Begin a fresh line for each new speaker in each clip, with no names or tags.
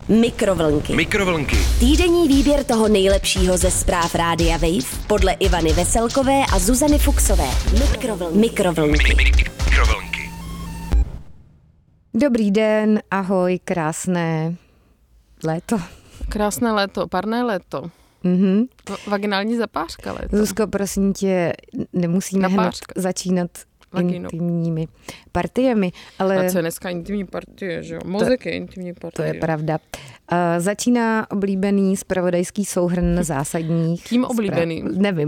Mikrovlnky. Týdenní výběr toho nejlepšího ze zpráv Rádia Wave podle Ivany Veselkové a Zuzany Fuxové. Mikrovlnky.
Dobrý den, ahoj, krásné léto.
Krásné léto, parné léto.
Mhm.
Vaginální zapářka léto.
Zuzko, prosím tě, nemusíme hned začínat intimními partiemi. Ale...
A co je dneska intimní partie, že jo? Mozek je intimní partie.
To je pravda. Začíná oblíbený zpravodajský souhrn zásadních...
Kým oblíbený?
Nevím,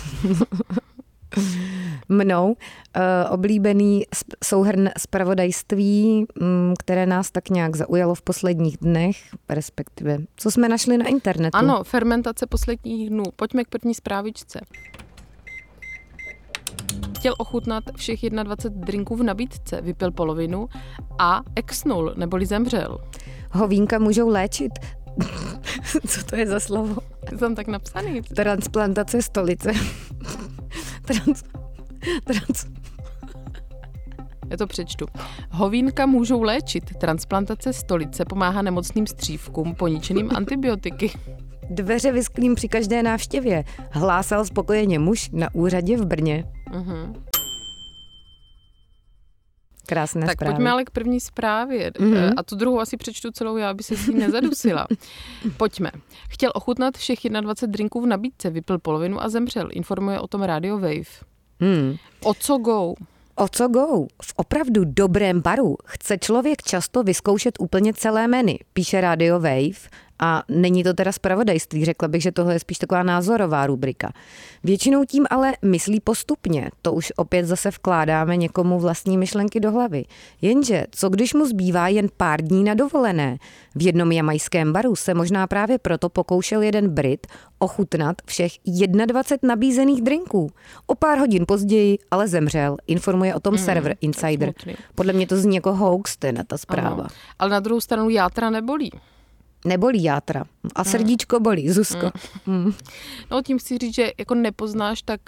mnou. Oblíbený souhrn zpravodajství, které nás tak nějak zaujalo v posledních dnech, respektive co jsme našli na internetu.
Ano, fermentace posledních dnů. Pojďme k první zprávičce. Chtěl ochutnat všech 21 drinků v nabídce, vypil polovinu a exnul, neboli zemřel.
Hovínka můžou léčit. Co to je za slovo?
Je tam tak napsaný.
Transplantace stolice.
Já to přečtu. Hovínka můžou léčit. Transplantace stolice pomáhá nemocným střívkům poničeným antibiotiky.
Dveře vysklím při každé návštěvě. Hlásal spokojeně muž na úřadě v Brně.
Uh-huh.
Krásné
tak
zprávy.
Pojďme ale k první zprávě. A tu druhou asi přečtu celou já, aby se s tím nezadusila. Pojďme. Chtěl ochutnat všech 21 drinků v nabídce, vypil polovinu a zemřel. Informuje o tom Radio Wave. O co go?
O co go? V opravdu dobrém baru chce člověk často vyzkoušet úplně celé menu, píše Radio Wave. A není to teda zpravodajství, řekla bych, že tohle je spíš taková názorová rubrika. Většinou tím ale myslí postupně, to už opět zase vkládáme někomu vlastní myšlenky do hlavy. Jenže, co když mu zbývá jen pár dní na dovolené? V jednom jamajském baru se možná právě proto pokoušel jeden Brit ochutnat všech 21 nabízených drinků. O pár hodin později ale zemřel, informuje o tom server Insider. Podle mě to zní jako hoax, ta zpráva.
Ano. Ale na druhou stranu játra nebolí.
Nebolí játra. A srdíčko bolí, Zuzko.
No tím chci říct, že jako nepoznáš tak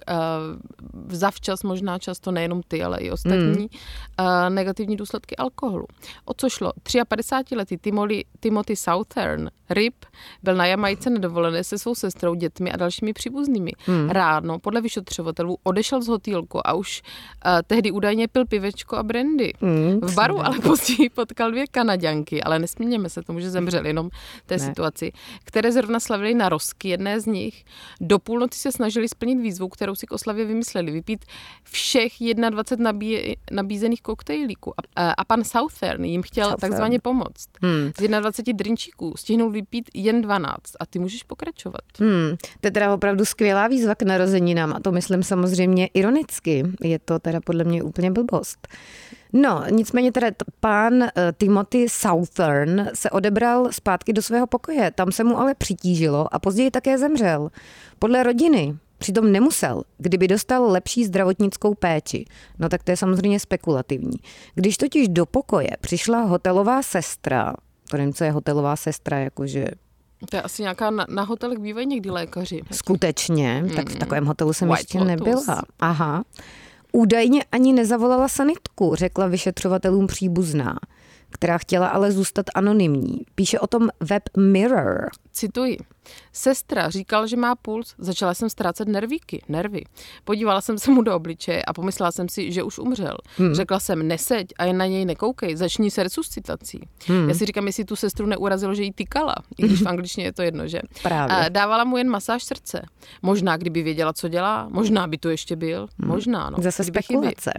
zavčas možná často nejenom ty, ale i ostatní negativní důsledky alkoholu. O co šlo? 53letý Timothy Southern Rip byl na Jamajce na dovolené se svou sestrou, dětmi a dalšími příbuznými. Ráno podle vyšetřovatelů odešel z hotýlku a už tehdy údajně pil pivečko a brandy. V baru ale později potkal 2 Kanaďanky, ale nesměněme se tomu, že zemřel jenom té situaci, které zrovna slavili na rozky. Jedné z nich do půlnoci se snažili splnit výzvu, kterou si k oslavě vymysleli, vypít všech 21 nabízených koktejlíků. A pan Southern jim chtěl takzvaně pomoct. Z 21 drinčíků stihnul vypít jen 12 a ty můžeš pokračovat.
To je teda opravdu skvělá výzva k narozeninám a to myslím samozřejmě ironicky. Je to teda podle mě úplně blbost. No, nicméně teda pán Timothy Southern se odebral zpátky do svého pokoje. Tam se mu ale přitížilo a později také zemřel. Podle rodiny přitom nemusel, kdyby dostal lepší zdravotnickou péči. No tak to je samozřejmě spekulativní. Když totiž do pokoje přišla hotelová sestra, to nevím, co je hotelová sestra, jakože...
To je asi nějaká, na hotelech bývají někdy lékaři.
Skutečně, tak v takovém hotelu jsem ještě nebyla. Aha. Údajně ani nezavolala sanitku, řekla vyšetřovatelům příbuzná, která chtěla ale zůstat anonymní. Píše o tom web Mirror.
Cituji. Sestra říkal, že má puls, začala jsem ztrácet nervy. Podívala jsem se mu do obličeje a pomyslela jsem si, že už umřel. Řekla jsem, neseď a jen na něj nekoukej, začni se resuscitací. Já si říkám, jestli tu sestru neurazilo, že jí tykala, i když v angličtině je to jedno, že?
Právě.
Dávala mu jen masáž srdce. Možná, kdyby věděla, co dělá, možná by tu ještě byl, možná. No.
Zase spekulace.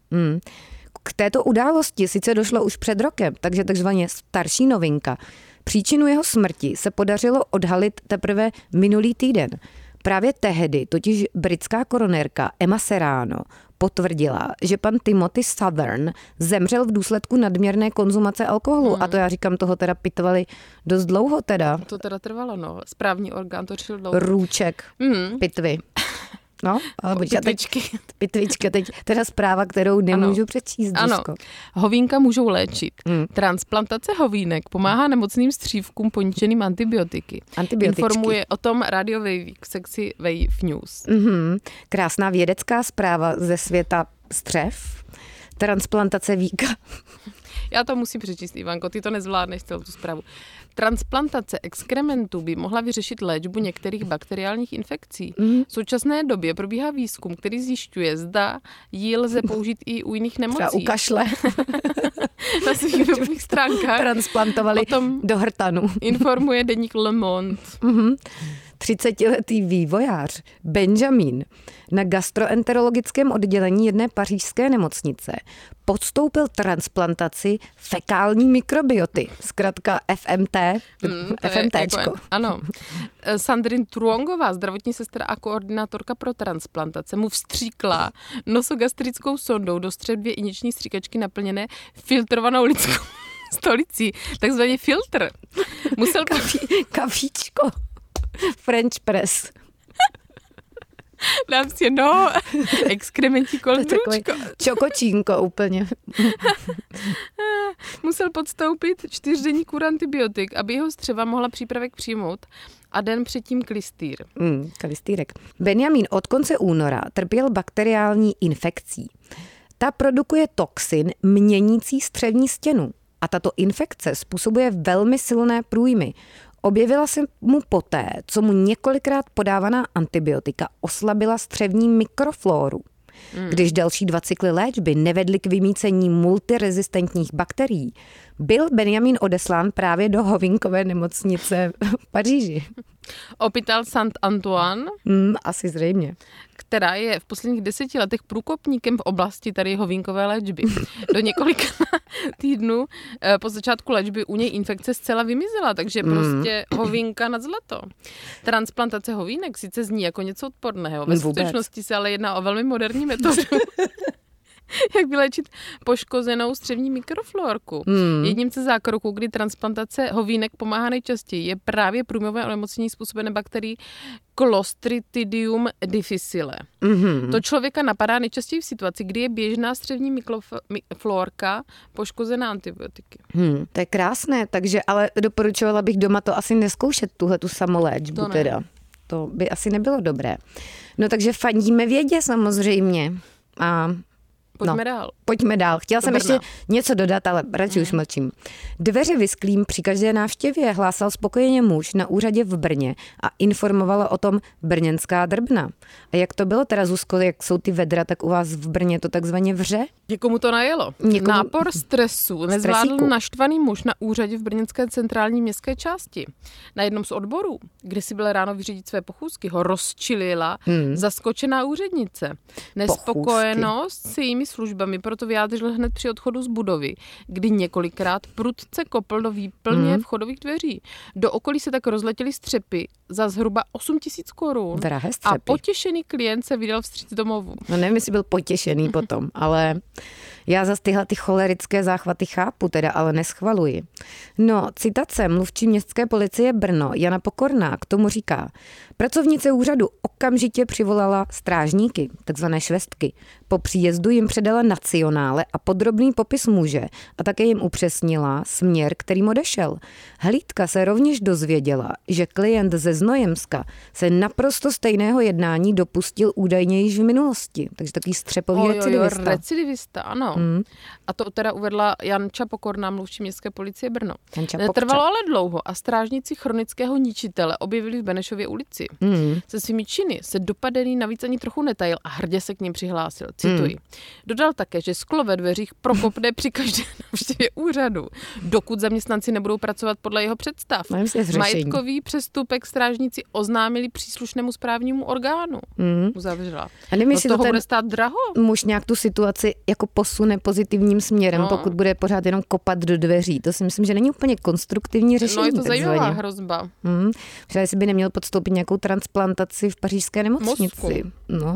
K této události sice došlo už před rokem, takže takzvaně starší novinka. Příčinu jeho smrti se podařilo odhalit teprve minulý týden. Právě tehdy totiž britská koronérka Emma Serrano potvrdila, že pan Timothy Southern zemřel v důsledku nadměrné konzumace alkoholu. A to já říkám, toho teda pitvali dost dlouho teda.
To teda trvalo, no. Správní orgán to řešil dlouho.
Růček, pitvy. No, ale pitvičky. Teď teda zpráva, kterou nemůžu přečíst.
Ano, hovínka můžou léčit. Transplantace hovínek pomáhá nemocným střívkům poničeným antibiotiky. Informuje o tom Radio Wave v sekci Wave News.
Krásná vědecká zpráva ze světa střev. Transplantace víka.
Já to musím přečíst, Ivanko, ty to nezvládneš celou tu zprávu. Transplantace exkrementů by mohla vyřešit léčbu některých bakteriálních infekcí. V současné době probíhá výzkum, který zjišťuje, zda ji lze použít i u jiných nemocí.
Třeba u kašle.
Na svých webových stránkách.
Transplantovali do hrtanu.
Informuje deník Le Monde.
30letý vývojář Benjamin na gastroenterologickém oddělení jedné pařížské nemocnice podstoupil transplantaci fekální mikrobioty, zkrátka FMT, FMTčko.
Jako, ano. Sandrine Truongová, zdravotní sestra a koordinátorka pro transplantace, mu vstříkla nosogastrickou sondou do střev 2 injekční stříkačky naplněné filtrovanou lidskou stolicí, takzvaný filtr. Musel
Kafíčko. French press.
Dám si exkrementi koltručko.
Čokočínko úplně.
Musel podstoupit 4denní kur antibiotik, aby jeho střeva mohla přípravek přijmout a den předtím klystýr.
Klystýrek. Benjamin od konce února trpěl bakteriální infekcí. Ta produkuje toxin měnící střevní stěnu a tato infekce způsobuje velmi silné průjmy. Objevila se mu poté, co mu několikrát podávaná antibiotika oslabila střevní mikroflóru. Když další 2 cykly léčby nevedly k vymýcení multirezistentních bakterií, byl Benjamin odeslán právě do Hovinkové nemocnice v Paříži.
Hôpital Saint-Antoine,
asi zřejmě,
která je v posledních 10 letech průkopníkem v oblasti tady hovínkové léčby. Do několika týdnů po začátku léčby u něj infekce zcela vymizela, takže prostě hovínka nad zlato. Transplantace hovínek sice zní jako něco odporného, ve skutečnosti se ale jedná o velmi moderní metodu. Jak vyléčit poškozenou střevní mikroflórku. Jedním ze zákroků, kdy transplantace hovínek pomáhá nejčastěji, je právě průjmové onemocnění způsobené bakterií Clostridium difficile. To člověka napadá nejčastěji v situaci, kdy je běžná střevní mikroflórka poškozená antibiotiky.
To je krásné, takže ale doporučovala bych doma to asi neskoušet, tuhletu samoléčbu teda. To by asi nebylo dobré. No takže fandíme vědě samozřejmě. A Pojďme dál. Chtěla jsem ještě něco dodat, ale radši už mlčím. Dveře vysklím při každé návštěvě hlásal spokojeně muž na úřadě v Brně a informovala o tom brněnská drbna. A jak to bylo teda, Zuzko, jak jsou ty vedra, tak u vás v Brně to takzvaně vře?
Někomu to najelo. Nápor stresu nezvládl naštvaný muž na úřadě v brněnské centrální městské části. Na jednom z odborů, kde si byl ráno vyřídit své pochůzky, ho rozčilila zaskočená úřednice. Nespokojenost s jejími službami proto vyjádřil hned při odchodu z budovy, kdy několikrát prudce kopl do výplně vchodových dveří. Do okolí se tak rozletěly střepy za zhruba 8 000 korun. A potěšený klient se vydal vstříc domovu.
No nevím, jestli byl potěšený potom, ale já zase tyhle ty cholerické záchvaty chápu teda, ale neschvaluji. No, citace mluvčí městské policie Brno Jana Pokorná k tomu říká: pracovnice úřadu okamžitě přivolala strážníky, takzvané švestky. Po příjezdu jim předala nacionále a podrobný popis muže a také jim upřesnila směr, kterým odešel. Hlídka se rovněž dozvěděla, že klient ze Znojemska se naprosto stejného jednání dopustil údajně již v minulosti. Takže takový střepový recidivista.
Recidivista, ano. A to teda uvedla Janča Pokorná, mluvčí městské policie Brno. Netrvalo ale dlouho a strážníci chronického ničitele objevili v Benešově ulici. Se svými činy se dopadený navíc ani trochu netajil a hrdě se k ním přihlásil. Cituji. Dodal také, že sklo ve dveřích prokopne při každé návštěvě úřadu, dokud zaměstnanci nebudou pracovat podle jeho představ. Majetkový přestupek strážníci oznámili příslušnému správnímu orgánu. Uzavřela.
A nevím,
to bude stát draho.
Muž nějak tu situaci jako posune pozitivním směrem, pokud bude pořád jenom kopat do dveří. To si myslím, že není úplně konstruktivní řešení.
No je to zajímavá hrozba.
Že jestli by neměl podstoupit nějakou transplantaci v pařížské nemocnici. No.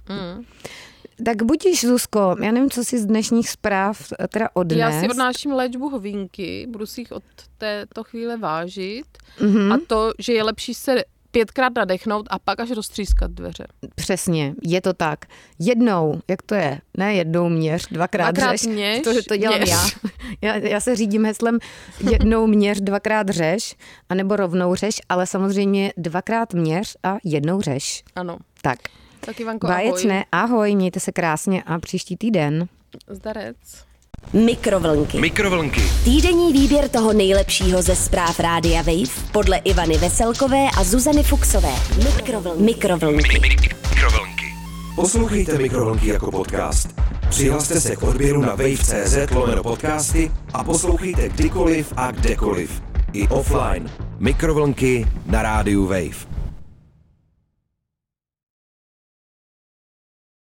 Tak budíš, Zuzko, já nevím, co si z dnešních zpráv teda odnes.
Já si odnáším léčbu hovínky, budu si jich od této chvíle vážit a to, že je lepší se 5krát nadechnout a pak až roztřískat dveře.
Přesně, je to tak. Jednou, jak to je? Ne jednou měř, dvakrát řeš.
Měř,
to dělám já se řídím heslem jednou měř, dvakrát řeš, anebo rovnou řeš, ale samozřejmě 2krát měř a jednou řeš.
Ano.
Tak.
Tak Ivanko,
báječné, ahoj, mějte se krásně a příští týden.
Zdarec.
Mikrovlnky. Týdenní výběr toho nejlepšího ze zpráv Rádia Wave podle Ivany Veselkové a Zuzany Fuxové. Mikrovlnky.
Poslouchejte Mikrovlnky jako podcast. Přihlaste se k odběru na wave.cz/podcasty a poslouchejte kdykoliv a kdekoliv. I offline. Mikrovlnky na rádiu Wave.